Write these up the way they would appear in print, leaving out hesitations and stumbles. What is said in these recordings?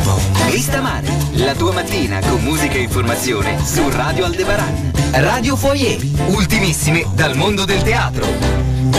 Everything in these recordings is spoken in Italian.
Lista Mare, la tua mattina con musica e informazione su Radio Aldebaran. Radio Foyer, ultimissime dal mondo del teatro.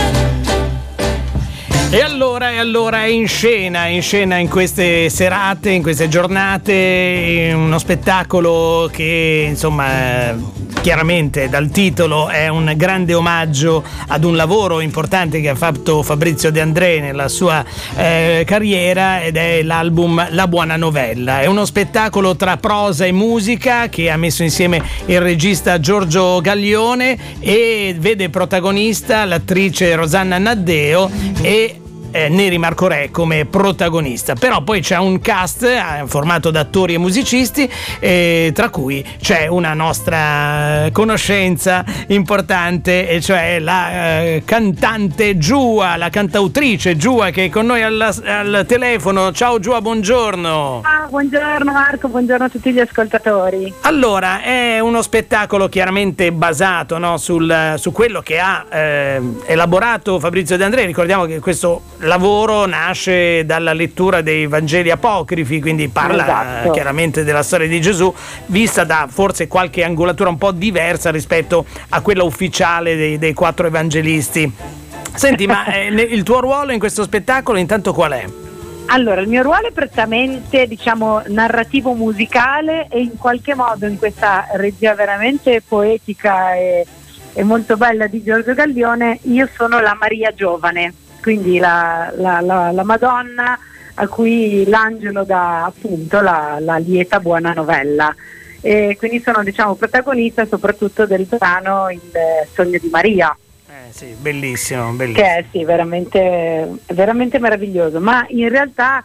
E allora è in scena in queste serate, in queste giornate, uno spettacolo che insomma chiaramente dal titolo è un grande omaggio ad un lavoro importante che ha fatto Fabrizio De André nella sua carriera, ed è l'album La Buona Novella. È uno spettacolo tra prosa e musica che ha messo insieme il regista Giorgio Gaglione e vede protagonista l'attrice Rosanna Naddeo e Neri Marco Re come protagonista. Però poi c'è un cast formato da attori e musicisti, tra cui c'è una nostra conoscenza importante, e cioè la cantante Giua, la cantautrice Giua, che è con noi al telefono. Ciao Giua, buongiorno. Buongiorno Marco, buongiorno a tutti gli ascoltatori. Allora, è uno spettacolo chiaramente basato, no, su quello che ha elaborato Fabrizio De André. Ricordiamo che questo lavoro nasce dalla lettura dei Vangeli apocrifi, quindi parla chiaramente della storia di Gesù, vista da forse qualche angolatura un po' diversa rispetto a quella ufficiale dei 4 evangelisti. Senti, ma il tuo ruolo in questo spettacolo intanto qual è? Allora, il mio ruolo è prettamente, narrativo musicale, e in qualche modo in questa regia veramente poetica e molto bella di Giorgio Gaglione io sono la Maria giovane, quindi la Madonna a cui l'angelo dà appunto la lieta buona novella, e quindi sono protagonista soprattutto del brano Il sogno di Maria. Sì, bellissimo. Che è veramente meraviglioso, ma in realtà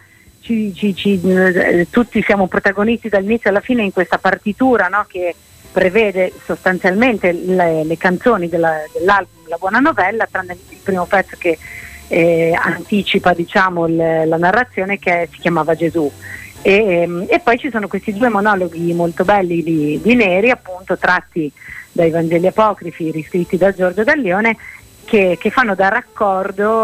tutti siamo protagonisti dall'inizio alla fine in questa partitura, no? Che prevede sostanzialmente le canzoni dell'album La Buona Novella, tranne il primo pezzo che anticipa la narrazione, che si chiamava Gesù, e poi ci sono questi 2 monologhi molto belli di Neri, appunto tratti dai Vangeli apocrifi, riscritti da Giorgio Gaglione, che fanno da raccordo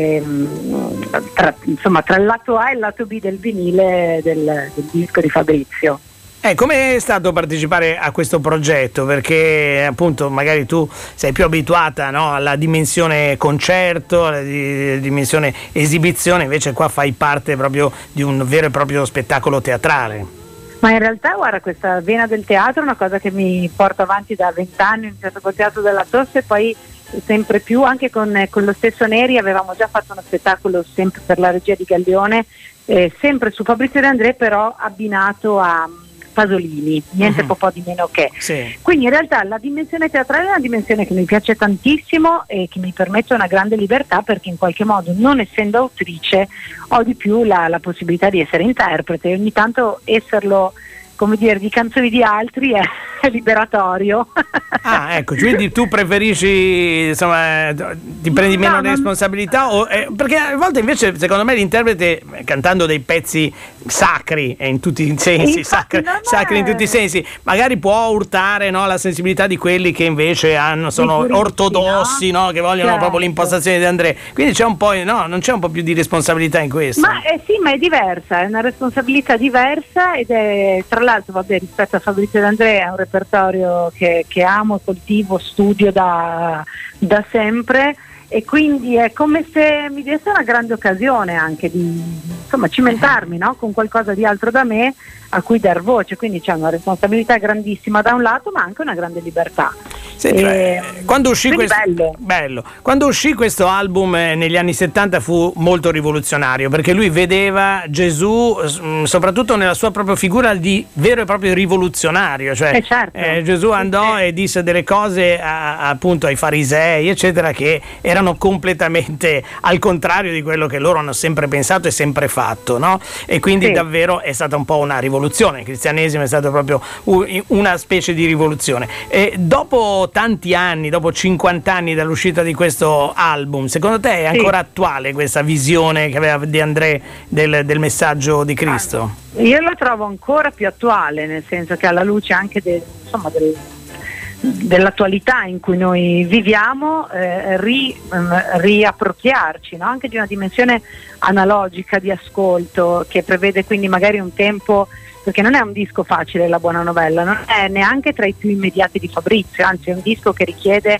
tra il lato A e il lato B del vinile del disco di Fabrizio. Com'è stato partecipare a questo progetto? Perché appunto magari tu sei più abituata, no, alla dimensione concerto, alla dimensione esibizione, invece qua fai parte proprio di un vero e proprio spettacolo teatrale. Ma in realtà, guarda, questa vena del teatro è una cosa che mi porto avanti da 20 anni, ho iniziato col Teatro della Tosse e poi sempre più anche con lo stesso Neri avevamo già fatto uno spettacolo sempre per la regia di Gaglione, sempre su Fabrizio De André, però abbinato a Pasolini, niente po' di meno che. Sì. Quindi in realtà la dimensione teatrale è una dimensione che mi piace tantissimo e che mi permette una grande libertà, perché in qualche modo, non essendo autrice, ho di più la possibilità di essere interprete, e ogni tanto esserlo, come dire, di canzoni di altri è liberatorio. Ecco, quindi tu preferisci, insomma, ti prendi meno responsabilità, perché a volte invece secondo me l'interprete, cantando dei pezzi sacri in tutti i sensi, sacri in tutti i sensi, magari può urtare, no, la sensibilità di quelli che invece sono ortodossi, no? Che vogliono proprio l'impostazione di André, quindi c'è un po', no, non c'è un po' più di responsabilità in questo? Ma è diversa, è una responsabilità diversa, ed è, tra l'altro, rispetto a Fabrizio De André, è un repertorio che amo, coltivo, studio da sempre, e quindi è come se mi desse una grande occasione anche di cimentarmi, no? Con qualcosa di altro da me a cui dar voce, quindi c'è una responsabilità grandissima da un lato, ma anche una grande libertà. Quando uscì quando uscì questo album negli anni 70 fu molto rivoluzionario, perché lui vedeva Gesù soprattutto nella sua propria figura di vero e proprio rivoluzionario, cioè Gesù andò e disse delle cose appunto ai farisei eccetera, che erano completamente al contrario di quello che loro hanno sempre pensato e sempre fatto, no? E quindi davvero è stata un po' una rivoluzione. Il cristianesimo è stato proprio una specie di rivoluzione. E dopo tanti anni, dopo 50 anni dall'uscita di questo album, secondo te è ancora attuale questa visione che aveva De André del messaggio di Cristo? Io la trovo ancora più attuale, nel senso che alla luce anche dell'attualità in cui noi viviamo, riappropriarci, no? Anche di una dimensione analogica di ascolto, che prevede quindi magari un tempo, perché non è un disco facile La Buona Novella, non è neanche tra i più immediati di Fabrizio, anzi è un disco che richiede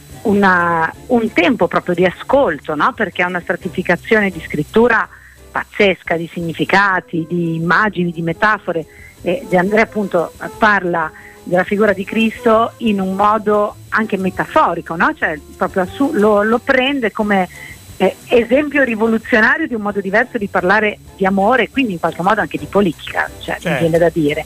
un tempo proprio di ascolto, no? Perché ha una stratificazione di scrittura pazzesca, di significati, di immagini, di metafore, e De André appunto parla della figura di Cristo in un modo anche metaforico, no? Cioè proprio lo prende come esempio rivoluzionario di un modo diverso di parlare di amore e quindi in qualche modo anche di politica, cioè, mi viene da dire.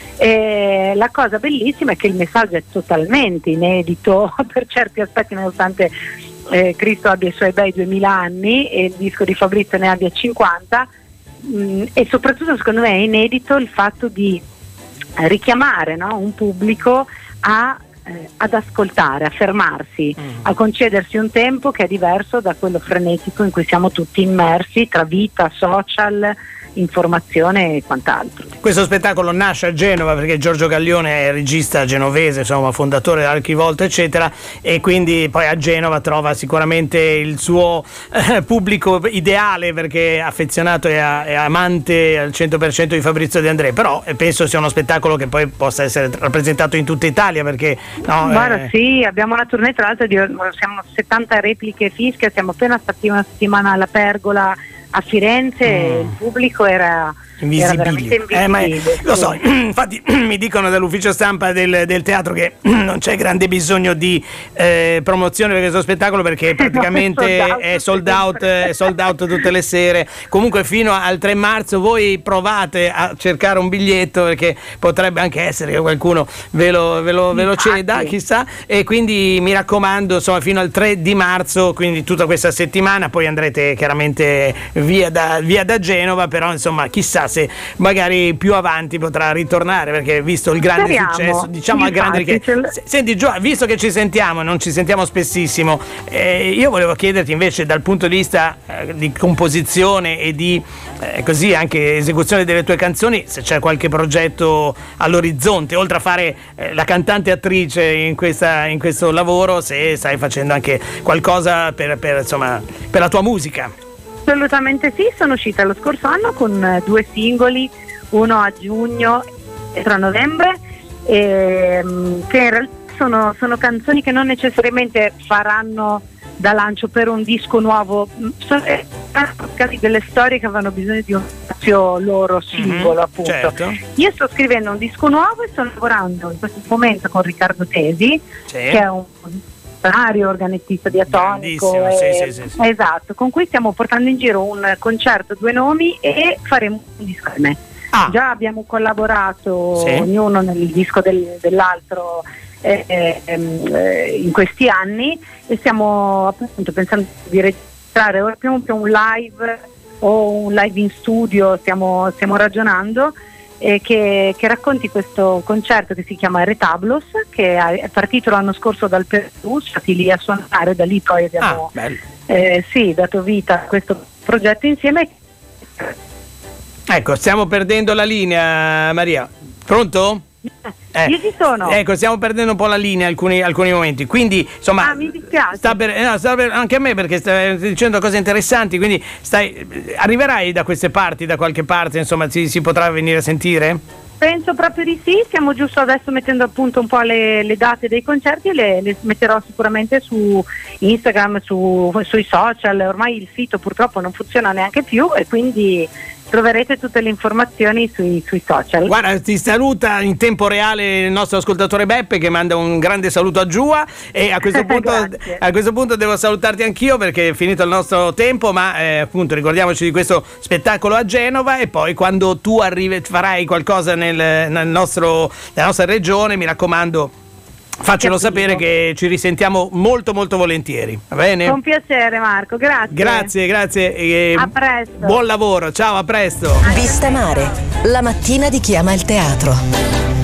La cosa bellissima è che il messaggio è totalmente inedito per certi aspetti, nonostante Cristo abbia i suoi bei 2000 anni e il disco di Fabrizio ne abbia 50, e soprattutto secondo me è inedito il fatto di richiamare, no, un pubblico ad ascoltare, a fermarsi, a concedersi un tempo che è diverso da quello frenetico in cui siamo tutti immersi tra vita, social, informazione e quant'altro. Questo spettacolo nasce a Genova perché Giorgio Gaglione è regista genovese, insomma fondatore dell'Archivolto eccetera, e quindi poi a Genova trova sicuramente il suo pubblico ideale, perché è affezionato e amante al 100% di Fabrizio De André, però penso sia uno spettacolo che poi possa essere rappresentato in tutta Italia, perché no, guarda, sì, abbiamo una tournée tra l'altro siamo 70 repliche fische, siamo appena stati una settimana alla Pergola a Firenze e il pubblico era veramente invisibile. Lo so, infatti mi dicono dall'ufficio stampa del teatro che non c'è grande bisogno di promozione per questo spettacolo, perché praticamente è sold out tutte le sere. Comunque fino al 3 marzo voi provate a cercare un biglietto, perché potrebbe anche essere che qualcuno ve lo ceda, chissà, e quindi mi raccomando, insomma, fino al 3 di marzo, quindi tutta questa settimana, poi andrete chiaramente via da Genova, però insomma chissà se magari più avanti potrà ritornare, perché visto il grande successo, diciamo a grande richiesta. Senti Gio, visto che ci sentiamo, non ci sentiamo spessissimo, io volevo chiederti invece dal punto di vista di composizione e di così anche esecuzione delle tue canzoni, se c'è qualche progetto all'orizzonte, oltre a fare la cantante attrice in questo lavoro, se stai facendo anche qualcosa per la tua musica. Assolutamente sì, sono uscita lo scorso anno con 2 singoli, uno a giugno e l'altro a novembre, che in realtà sono canzoni che non necessariamente faranno da lancio per un disco nuovo, sono delle storie che avevano bisogno di un spazio loro singolo, appunto. Certo. Io sto scrivendo un disco nuovo e sto lavorando in questo momento con Riccardo Tesi, che è un organista diatonico, sì. Esatto, con cui stiamo portando in giro un concerto, 2 nomi, e faremo un disco insieme. Già abbiamo collaborato ognuno nel disco dell'altro in questi anni, e stiamo appunto pensando di registrare ora più un live o un live in studio, stiamo ragionando, che racconti questo concerto che si chiama Retablos, che è partito l'anno scorso dal Perù, stati lì a suonare, da lì poi abbiamo dato vita a questo progetto insieme. Ecco, stiamo perdendo la linea, Maria. Pronto? Io ci sono. Ecco, stiamo perdendo un po' la linea alcuni momenti, quindi insomma mi dispiace. Anche a me, perché stai dicendo cose interessanti, quindi arriverai da queste parti, da qualche parte, insomma si potrà venire a sentire? Penso proprio di sì, stiamo giusto adesso mettendo a punto un po' le date dei concerti, e le metterò sicuramente su Instagram, sui social. Ormai il sito purtroppo non funziona neanche più, e quindi troverete tutte le informazioni sui social. Guarda, ti saluta in tempo reale il nostro ascoltatore Beppe, che manda un grande saluto a Giua, e a questo punto devo salutarti anch'io, perché è finito il nostro tempo, ma appunto ricordiamoci di questo spettacolo a Genova, e poi quando tu farai qualcosa nella nostra regione, mi raccomando, faccelo sapere, che ci risentiamo molto molto volentieri, va bene? Con piacere Marco, grazie. Grazie. A presto. Buon lavoro, ciao, a presto. Vista Mare, la mattina di chi ama il teatro.